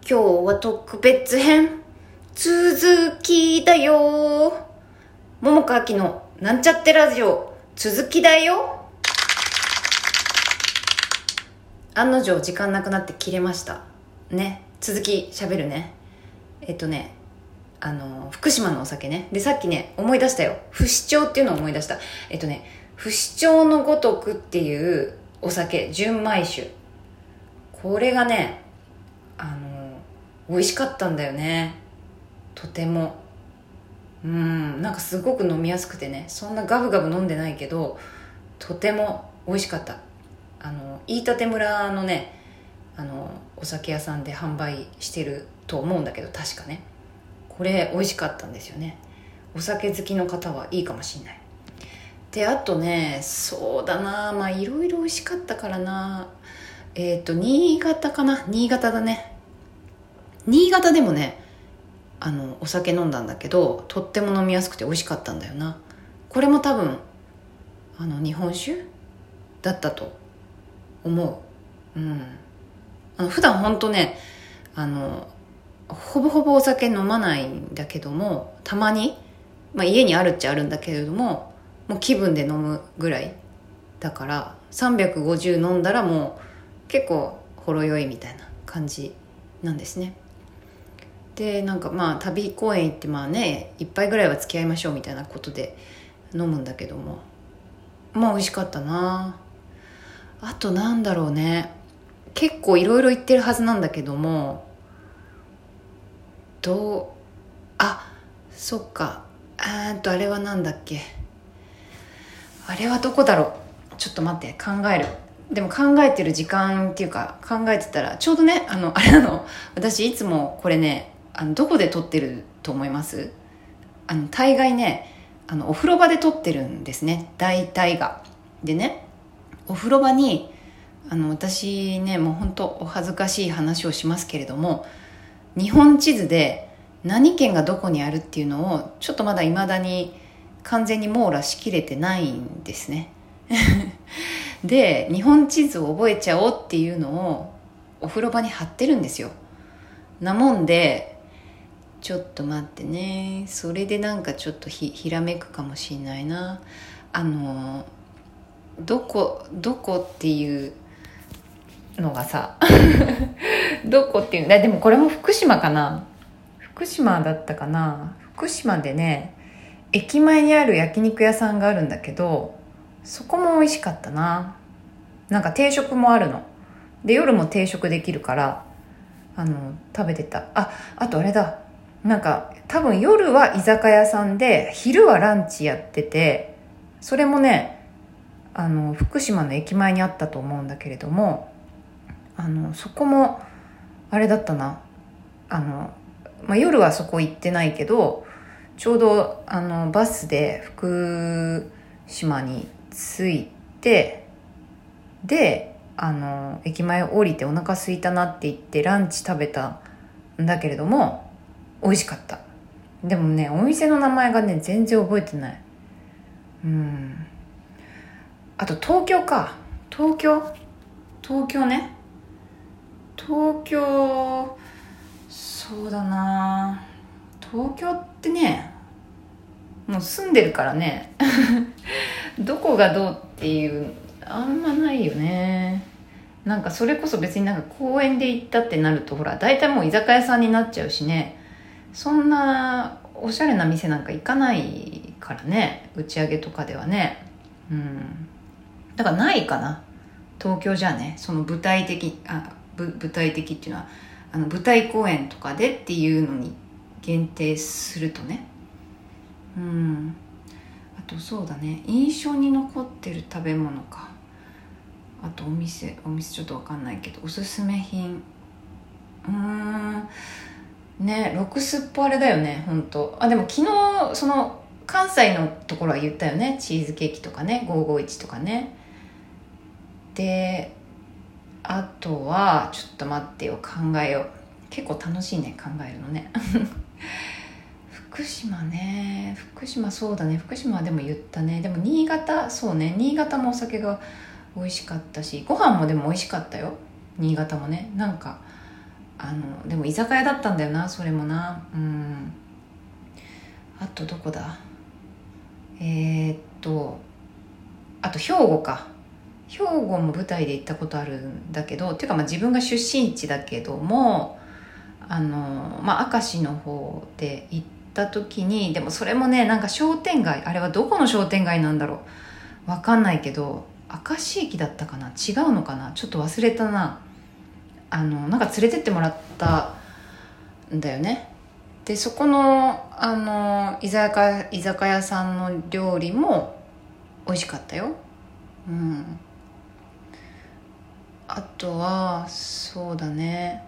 今日は特別編続きだよ。桃佳明のなんちゃってラジオ続きだよ。案の定時間なくなって切れましたね。続き喋るね。福島のお酒ね。でさっきね思い出したよ。不死鳥っていうのを思い出した。不死鳥のごとくっていうお酒、純米酒。これがね美味しかったんだよね。とてもなんかすごく飲みやすくてね、そんなガブガブ飲んでないけどとても美味しかった。飯舘村のねお酒屋さんで販売してると思うんだけど、確かねこれ美味しかったんですよね。お酒好きの方はいいかもしれない。であとね、そうだな、いろいろ美味しかったからな。新潟かな。新潟だね。新潟でもねお酒飲んだんだけど、とっても飲みやすくて美味しかったんだよな。これも多分日本酒だったと思う。普段ほんとねほぼほぼお酒飲まないんだけども、たまに、家にあるっちゃあるんだけれども、もう気分で飲むぐらいだから350飲んだらもう結構ほろ酔いみたいな感じなんですね。でなんか旅公園行って一杯ぐらいは付き合いましょうみたいなことで飲むんだけども、美味しかったな。あとなんだろうね、結構いろいろ言ってるはずなんだけども、そっか、あれはなんだっけ、あれはどこだろう。ちょっと待って、考える。でも考えてる時間っていうか、考えてたらちょうどねあれなの。私いつもこれねどこで撮ってると思います？大概ねお風呂場で撮ってるんですね、大体が。でね、お風呂場に私ね、もう本当お恥ずかしい話をしますけれども、日本地図で何県がどこにあるっていうのをちょっとまだ未だに完全に網羅しきれてないんですねで日本地図を覚えちゃおうっていうのをお風呂場に貼ってるんですよ。なもんでちょっと待ってね、それでなんかちょっとひらめくかもしれないな。どこっていうのがさどこっていうでもこれも福島かな。福島だったかな。福島でね駅前にある焼肉屋さんがあるんだけど、そこも美味しかったな。なんか定食もあるので、夜も定食できるから食べてた。あとあれだ、なんか多分夜は居酒屋さんで昼はランチやってて、それもね福島の駅前にあったと思うんだけれども、そこもあれだったな。夜はそこ行ってないけど、ちょうどバスで福島に着いて、で駅前降りてお腹空いたなって言ってランチ食べたんだけれども美味しかった。でもねお店の名前がね全然覚えてない。あと東京か。東京ね。東京、そうだな、東京ってねもう住んでるからねどこがどうっていうあんまないよね。なんかそれこそ別になんか公園で行ったってなるとほら大体もう居酒屋さんになっちゃうしね、そんなおしゃれな店なんか行かないからね、打ち上げとかではね。だからないかな東京じゃね。その具体的っていうのは舞台公演とかでっていうのに限定するとね。あとそうだね、印象に残ってる食べ物か。あとお店ちょっと分かんないけど、おすすめ品ね、ロクスっぽあれだよね本当。でも昨日その関西のところは言ったよね。チーズケーキとかね、551とかね。であとはちょっと待ってよ、考えよう。結構楽しいね考えるのね福島ね、そうだね、福島はでも言ったね。でも新潟、そうね、新潟もお酒が美味しかったし、ご飯もでも美味しかったよ新潟もね。なんかでも居酒屋だったんだよな、それもな。あとどこだ、あと兵庫か。兵庫も舞台で行ったことあるんだけど、っていうか自分が出身地だけども、明石の方で行った時に、でもそれもね、なんか商店街、あれはどこの商店街なんだろう、わかんないけど、明石駅だったかな、違うのかな、ちょっと忘れたな。なんか連れてってもらったんだよね。でそこの居酒屋さんの料理も美味しかったよ。あとはそうだね、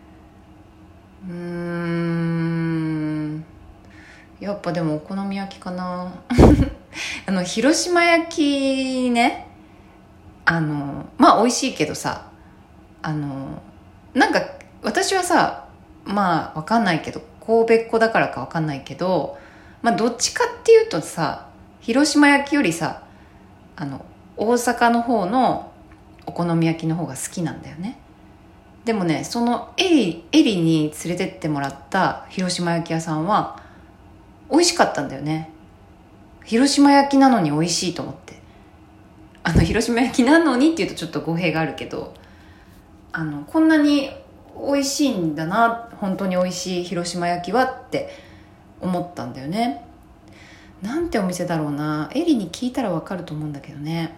やっぱでもお好み焼きかな広島焼きね、美味しいけどさ、なんか私はさ、わかんないけど、神戸っ子だからかわかんないけど、どっちかっていうとさ、広島焼きよりさ、大阪の方のお好み焼きの方が好きなんだよね。でもね、そのエリに連れてってもらった広島焼き屋さんは美味しかったんだよね。広島焼きなのに美味しいと思って。広島焼きなのにっていうとちょっと語弊があるけど、こんなに美味しいんだな、本当に美味しい広島焼きはって思ったんだよね。なんてお店だろうな、エリに聞いたらわかると思うんだけどね。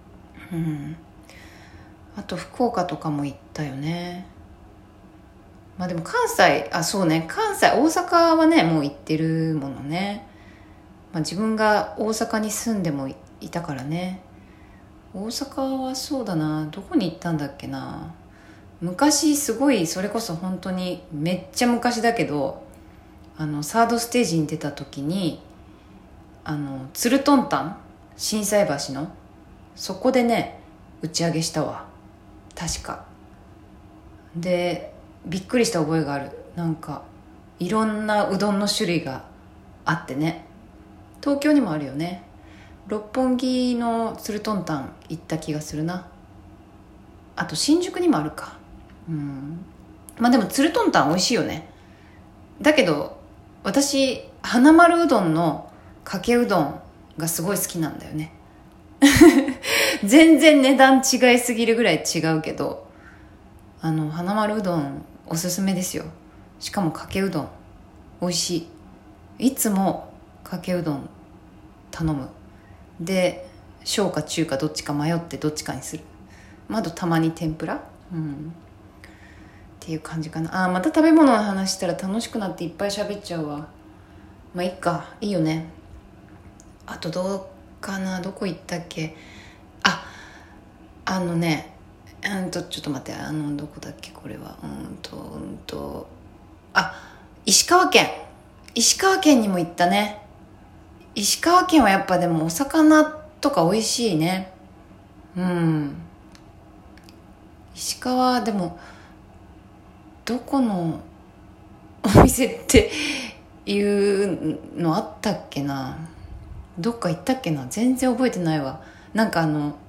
あと福岡とかも行ったよね。でも関西、そうね、関西、大阪はねもう行ってるものね。自分が大阪に住んでもいたからね。大阪はそうだな、どこに行ったんだっけな。昔すごい、それこそ本当にめっちゃ昔だけど、サードステージに出た時にツルトンタン、心斎橋のそこでね打ち上げしたわ、確か。でびっくりした覚えがある。なんかいろんなうどんの種類があってね。東京にもあるよね。六本木のツルトンタン行った気がするな。あと新宿にもあるか。でもツルトンタン美味しいよね。だけど私花丸うどんのかけうどんがすごい好きなんだよね全然値段違いすぎるぐらい違うけど、花丸うどんおすすめですよ。しかもかけうどん美味しい。いつもかけうどん頼む。で小か中かどっちか迷ってどっちかにする。あとたまに天ぷら、っていう感じかな。また食べ物の話したら楽しくなっていっぱい喋っちゃうわ。いいか、いいよね。あとどうかな、どこ行ったっけ。ちょっと待って、どこだっけこれは。石川県にも行ったね。石川県はやっぱでもお魚とか美味しいね。石川でもどこのお店っていうのあったっけな。どっか行ったっけな、全然覚えてないわ。なんか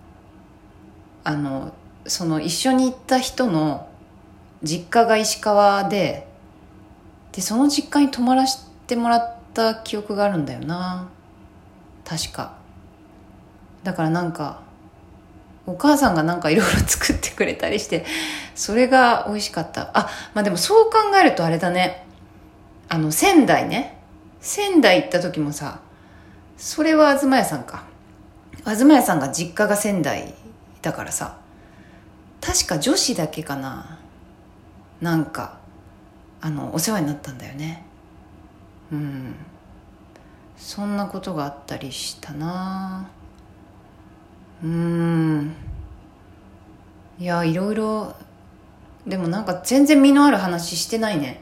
その一緒に行った人の実家が石川でその実家に泊まらせてもらった記憶があるんだよな、確か。だからなんかお母さんがなんかいろいろ作ってくれたりして、それが美味しかった。でもそう考えるとあれだね、仙台ね。仙台行った時もさ、それは東屋さんか。東屋さんが実家が仙台だからさ、確か女子だけかな、なんかお世話になったんだよね。そんなことがあったりしたな。いや、いろいろ。でもなんか全然身のある話してないね。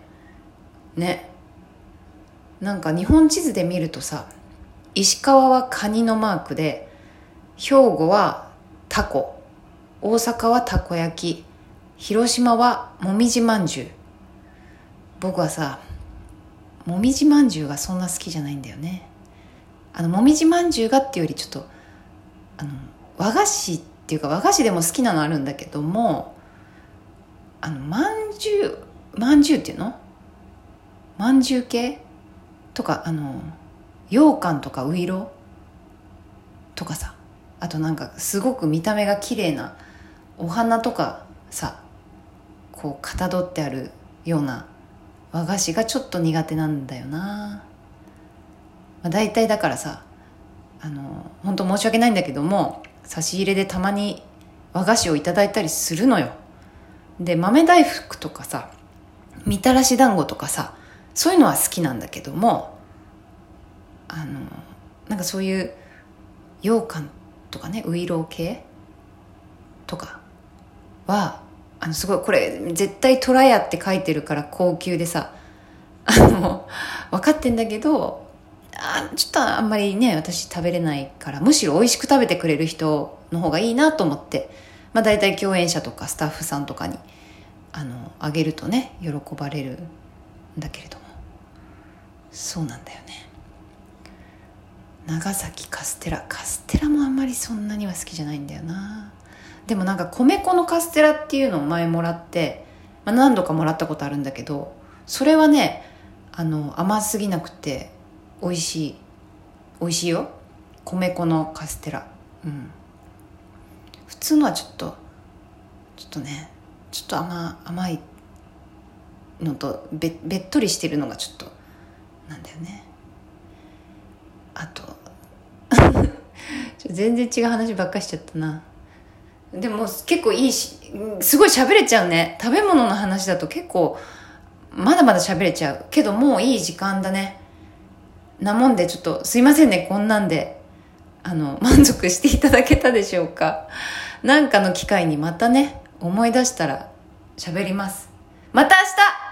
なんか日本地図で見るとさ、石川はカニのマークで、兵庫はタコ、大阪はたこ焼き、広島はもみじまんじゅう。僕はさ、もみじまんじゅうがそんな好きじゃないんだよね。もみじまんじゅうがっていうよりちょっと和菓子っていうか、和菓子でも好きなのあるんだけども、まんじゅうまんじゅうっていうの、まんじゅう系とか、羊羹とかういろとかさ、あとなんかすごく見た目が綺麗なお花とかさ、こうかたどってあるような和菓子がちょっと苦手なんだよな。大体だからさ、本当申し訳ないんだけども、差し入れでたまに和菓子をいただいたりするのよ。で、豆大福とかさ、みたらし団子とかさ、そういうのは好きなんだけども、なんかそういう羊羹とかね、ういろう系とかはすごい、これ絶対トラヤって書いてるから高級でさ、分かってんだけど、ちょっとあんまりね私食べれないから、むしろ美味しく食べてくれる人の方がいいなと思って、だいたい共演者とかスタッフさんとかにあげるとね喜ばれるんだけれども、そうなんだよね。長崎カステラもあんまりそんなには好きじゃないんだよな。でもなんか米粉のカステラっていうのを前もらって、何度かもらったことあるんだけど、それはね甘すぎなくて美味しいよ、米粉のカステラ。普通のはちょっとね、ちょっと甘いのとべっとりしてるのがちょっとなんだよね。あと全然違う話ばっかりしちゃったな。でも結構いいし、すごい喋れちゃうね。食べ物の話だと結構まだまだ喋れちゃうけど、もういい時間だね。なもんでちょっとすいませんね、こんなんで満足していただけたでしょうか。なんかの機会にまたね思い出したら喋ります。また明日。